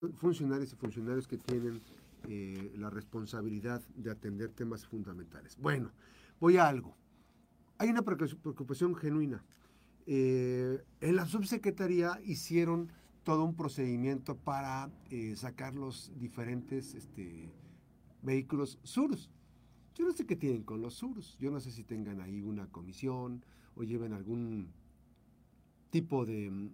funcionarios y funcionarios que tienen la responsabilidad de atender temas fundamentales. Bueno, voy a algo. Hay una preocupación genuina. En la subsecretaría hicieron todo un procedimiento para sacar los diferentes vehículos SURS. Yo no sé qué tienen con los SURS. Yo no sé si tengan ahí una comisión o lleven algún tipo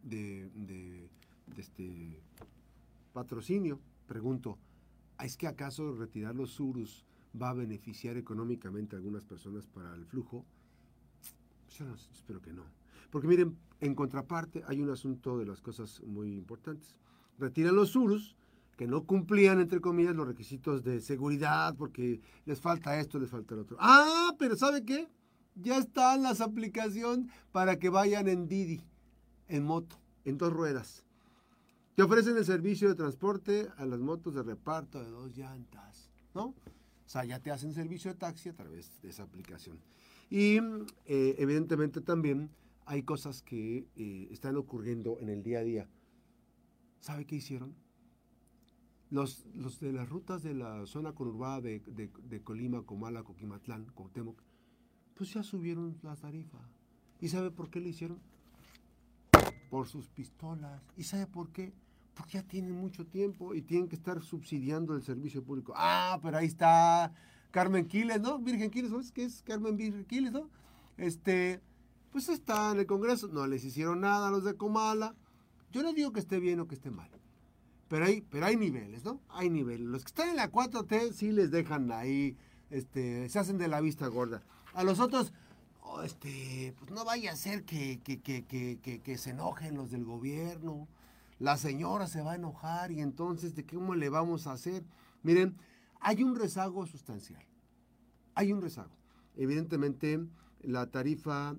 de patrocinio. Pregunto, ¿es que acaso retirar los SURS va a beneficiar económicamente a algunas personas para el flujo? Yo no, espero que no. Porque miren, en contraparte hay un asunto de las cosas muy importantes. Retiran los SURS que no cumplían, entre comillas, los requisitos de seguridad porque les falta esto, les falta el otro. Ah, pero ¿sabe qué? Ya están las aplicaciones para que vayan en Didi, en moto, en 2 ruedas. Te ofrecen el servicio de transporte a las motos de reparto de 2 llantas, ¿no? O sea, ya te hacen servicio de taxi a través de esa aplicación. Y evidentemente también hay cosas que están ocurriendo en el día a día. ¿Sabe qué hicieron? Los de las rutas de la zona conurbada de Colima, Comala, Coquimatlán, Cuauhtémoc, pues ya subieron la tarifa. ¿Y sabe por qué lo hicieron? Por sus pistolas. ¿Y sabe por qué? Porque ya tienen mucho tiempo y tienen que estar subsidiando el servicio público. Ah, pero ahí está Carmen Quiles, ¿no? Virgen Quiles, ¿sabes qué es Carmen Virgen Quiles, no? Pues está en el Congreso. No les hicieron nada a los de Comala. Yo no digo que esté bien o que esté mal. Pero hay niveles, ¿no? Hay niveles. Los que están en la 4T sí les dejan ahí, se hacen de la vista gorda. A los otros, pues no vaya a ser que se enojen los del gobierno. La señora se va a enojar y entonces, ¿de cómo le vamos a hacer? Miren, hay un rezago sustancial. Hay un rezago. Evidentemente, la tarifa,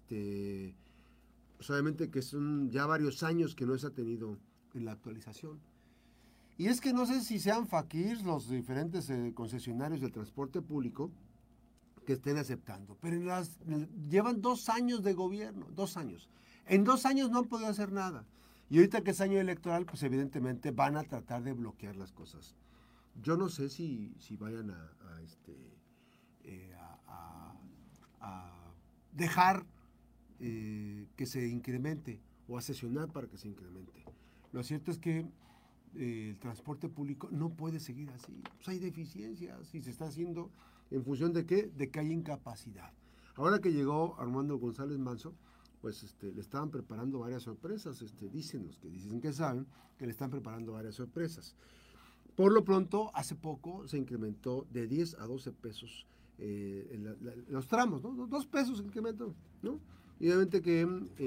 pues obviamente que son ya varios años que no se ha tenido en la actualización. Y es que no sé si sean faquirs los diferentes concesionarios del transporte público que estén aceptando, pero llevan 2 años de gobierno, 2 años. En 2 años no han podido hacer nada. Y ahorita que es año electoral, pues evidentemente van a tratar de bloquear las cosas. Yo no sé si vayan a dejar que se incremente o a sesionar para que se incremente. Lo cierto es que el transporte público no puede seguir así. Pues hay deficiencias y se está haciendo en función de qué? De que hay incapacidad. Ahora que llegó Armando González Manso, pues le estaban preparando varias sorpresas. Dicen los que dicen que saben que le están preparando varias sorpresas. Por lo pronto, hace poco se incrementó de 10 a 12 pesos los tramos, ¿no? 2 pesos incremento, ¿no? Y obviamente que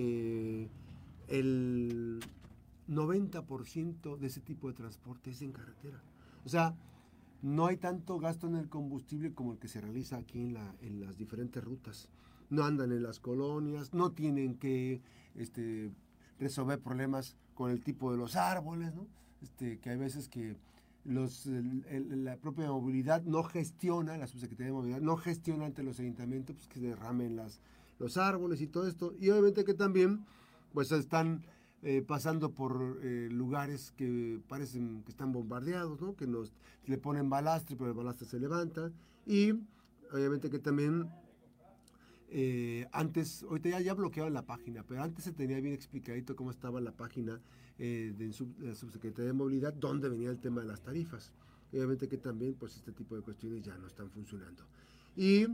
el 90% de ese tipo de transporte es en carretera. O sea, no hay tanto gasto en el combustible como el que se realiza aquí en las diferentes rutas. No andan en las colonias, no tienen que resolver problemas con el tipo de los árboles, ¿no? Que hay veces que la propia movilidad no gestiona, la subsecretaría de movilidad no gestiona ante los ayuntamientos pues, que derramen los árboles y todo esto. Y obviamente que también pues están pasando por lugares que parecen que están bombardeados, ¿no? Que le ponen balastre, pero el balastre se levanta. Y obviamente que también antes, ahorita ya bloquearon la página, pero antes se tenía bien explicadito cómo estaba la página de la Subsecretaría de Movilidad, donde venía el tema de las tarifas. Obviamente que también, pues este tipo de cuestiones ya no están funcionando. Y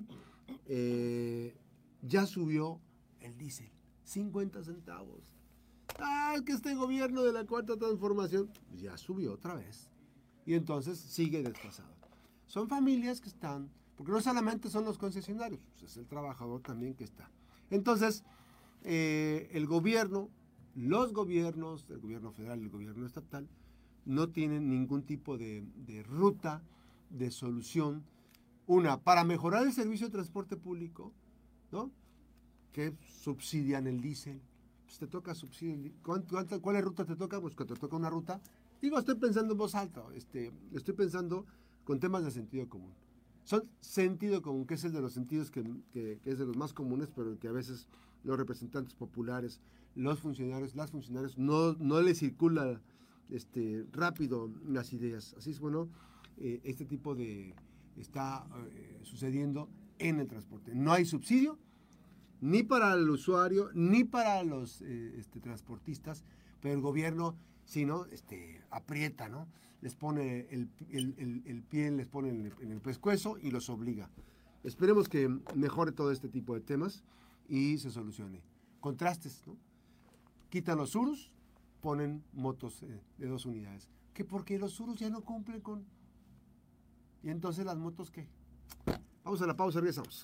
ya subió el diésel, 50 centavos. Es que este gobierno de la Cuarta Transformación ya subió otra vez. Y entonces sigue desfasado. Son familias que están, porque no solamente son los concesionarios, pues es el trabajador también que está. Entonces, el gobierno, los gobiernos, el gobierno federal y el gobierno estatal, no tienen ningún tipo de ruta, de solución. Una, para mejorar el servicio de transporte público, ¿no? Que subsidian el diésel. Pues te toca subsidiar. ¿Cuál ruta te toca? Pues que te toca una ruta. Digo, estoy pensando en voz alta. Estoy pensando con temas de sentido común. Son sentido común, que es el de los sentidos que es de los más comunes, pero que a veces los representantes populares, los funcionarios, las funcionarias, no les circula rápido las ideas. Así es, bueno, este tipo de está sucediendo en el transporte. No hay subsidio ni para el usuario ni para los transportistas, pero el gobierno sí, ¿no? Aprieta, ¿no? Les pone el pie, les pone en el pescuezo y los obliga. Esperemos que mejore todo este tipo de temas y se solucione. Contrastes, ¿no? Quitan los Urus, ponen motos de 2 unidades. Que porque los Urus ya no cumplen con... ¿Y entonces las motos qué? Vamos a la pausa, regresamos.